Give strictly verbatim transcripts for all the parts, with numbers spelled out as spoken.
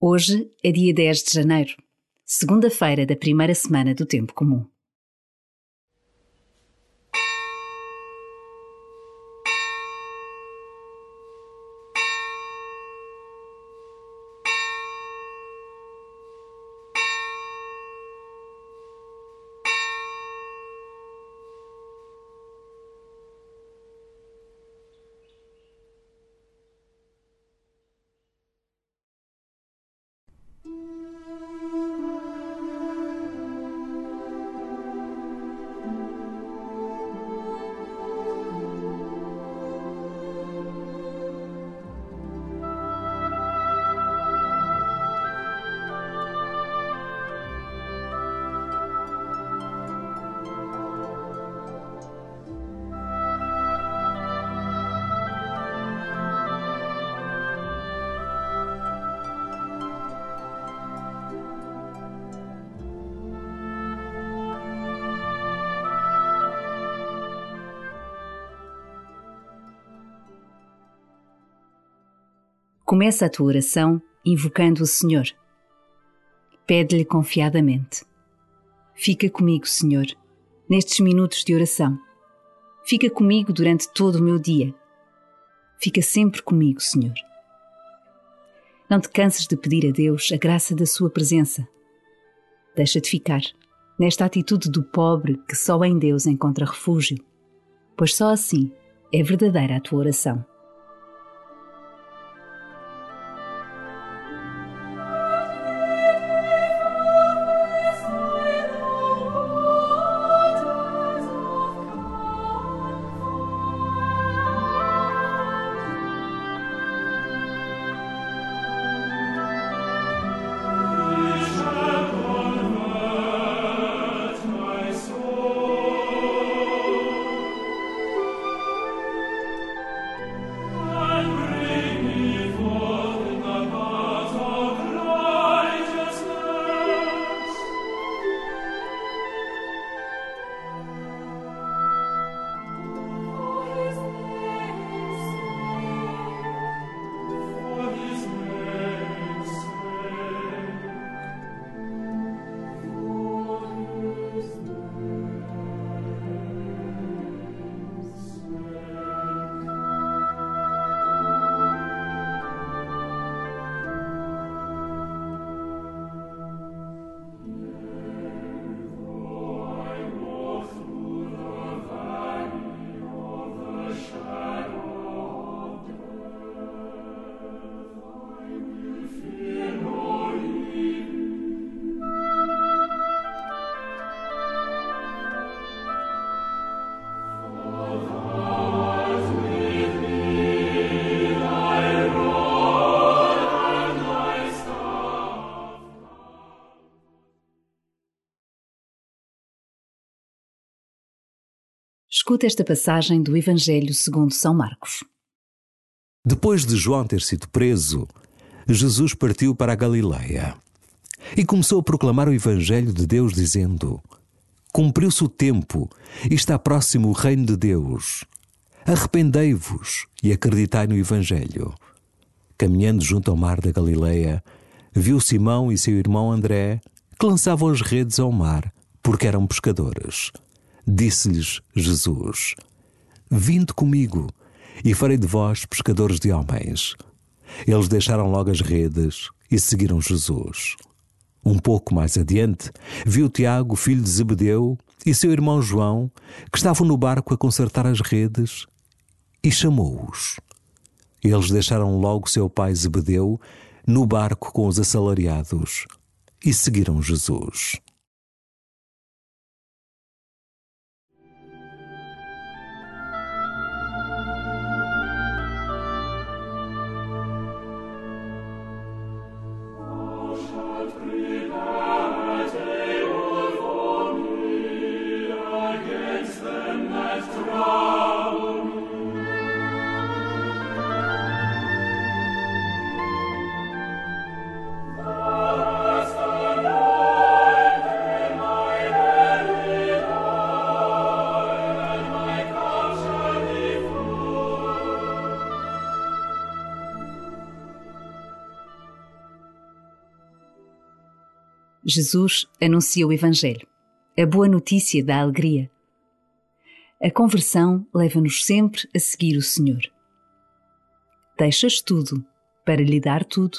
Hoje é dia dez de janeiro, segunda-feira da primeira semana do Tempo Comum. Começa a tua oração invocando o Senhor. Pede-lhe confiadamente: fica comigo, Senhor, nestes minutos de oração. Fica comigo durante todo o meu dia. Fica sempre comigo, Senhor. Não te canses de pedir a Deus a graça da sua presença. Deixa-te ficar nesta atitude do pobre que só em Deus encontra refúgio, pois só assim é verdadeira a tua oração. Escuta esta passagem do Evangelho segundo São Marcos. Depois de João ter sido preso, Jesus partiu para a Galileia e começou a proclamar o Evangelho de Deus, dizendo: Cumpriu-se o tempo e está próximo o reino de Deus. Arrependei-vos e acreditai no Evangelho. Caminhando junto ao mar da Galileia, viu Simão e seu irmão André que lançavam as redes ao mar, porque eram pescadores. Disse-lhes Jesus: Vinde comigo, e farei de vós pescadores de homens. Eles deixaram logo as redes e seguiram Jesus. Um pouco mais adiante, viu Tiago, filho de Zebedeu, e seu irmão João, que estavam no barco a consertar as redes, e chamou-os. Eles deixaram logo seu pai Zebedeu no barco com os assalariados e seguiram Jesus. Jesus anuncia o Evangelho, a boa notícia da alegria. A conversão leva-nos sempre a seguir o Senhor. Deixas tudo para lhe dar tudo.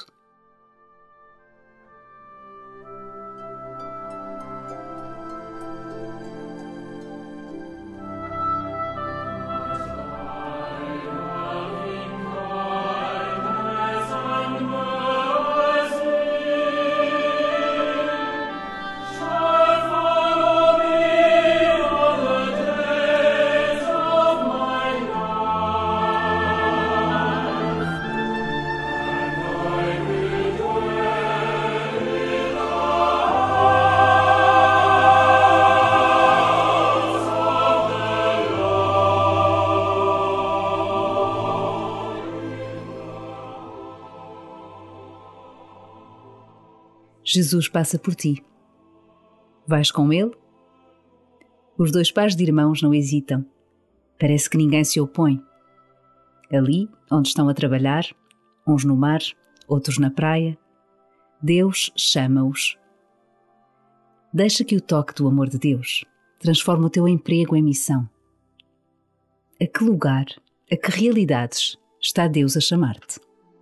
Jesus passa por ti. Vais com ele? Os dois pares de irmãos não hesitam. Parece que ninguém se opõe. Ali, onde estão a trabalhar, uns no mar, outros na praia, Deus chama-os. Deixa que o toque do amor de Deus transforme o teu emprego em missão. A que lugar, a que realidades está Deus a chamar-te?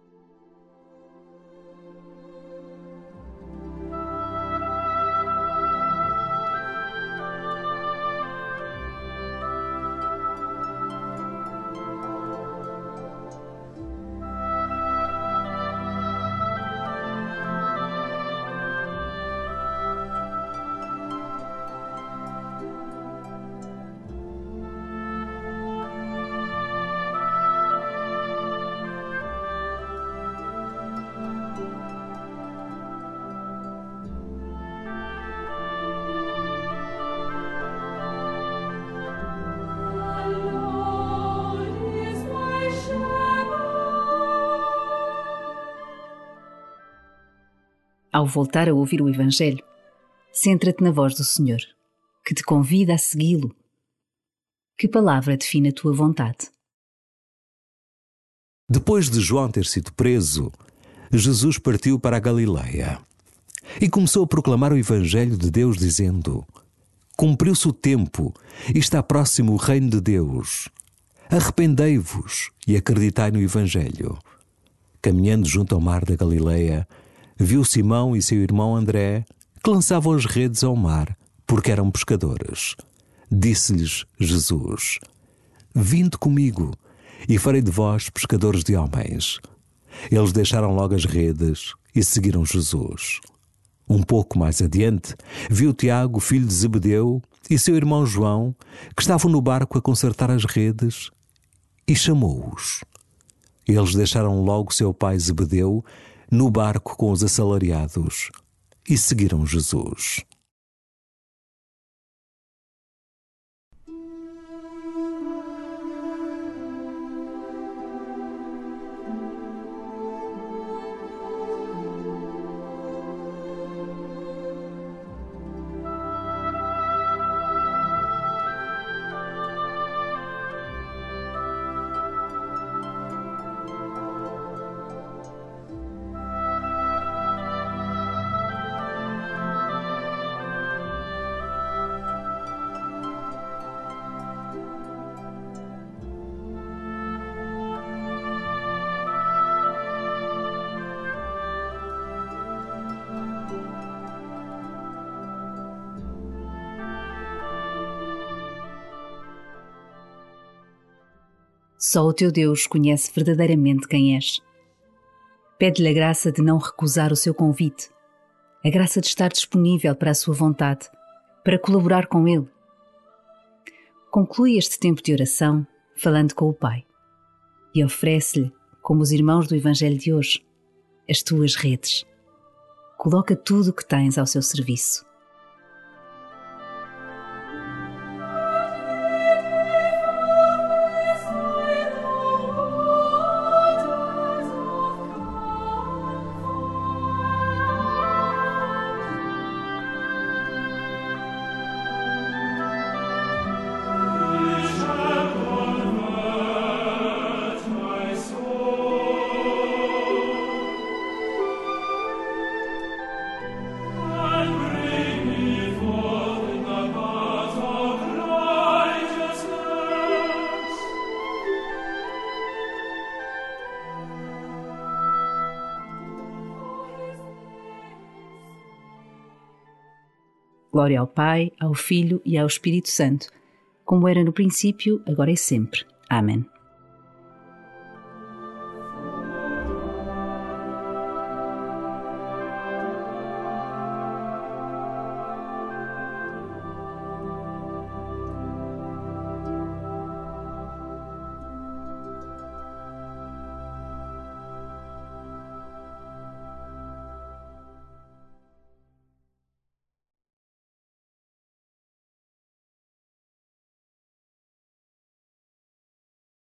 Ao voltar a ouvir o Evangelho, centra-te na voz do Senhor, que te convida a segui-lo. Que palavra define a tua vontade? Depois de João ter sido preso, Jesus partiu para a Galileia e começou a proclamar o Evangelho de Deus, dizendo: Cumpriu-se o tempo e está próximo o reino de Deus. Arrependei-vos e acreditai no Evangelho. Caminhando junto ao mar da Galileia, viu Simão e seu irmão André, que lançavam as redes ao mar, porque eram pescadores. Disse-lhes Jesus: Vinde comigo, e farei de vós pescadores de homens. Eles deixaram logo as redes e seguiram Jesus. Um pouco mais adiante, viu Tiago, filho de Zebedeu, e seu irmão João, que estavam no barco a consertar as redes, e chamou-os. Eles deixaram logo seu pai Zebedeu no barco com os assalariados e seguiram Jesus. Só o teu Deus conhece verdadeiramente quem és. Pede-lhe a graça de não recusar o seu convite, a graça de estar disponível para a sua vontade, para colaborar com Ele. Conclui este tempo de oração falando com o Pai e oferece-lhe, como os irmãos do Evangelho de hoje, as tuas redes. Coloca tudo o que tens ao seu serviço. Amen. Glória ao Pai, ao Filho e ao Espírito Santo, como era no princípio, agora e sempre. Amém.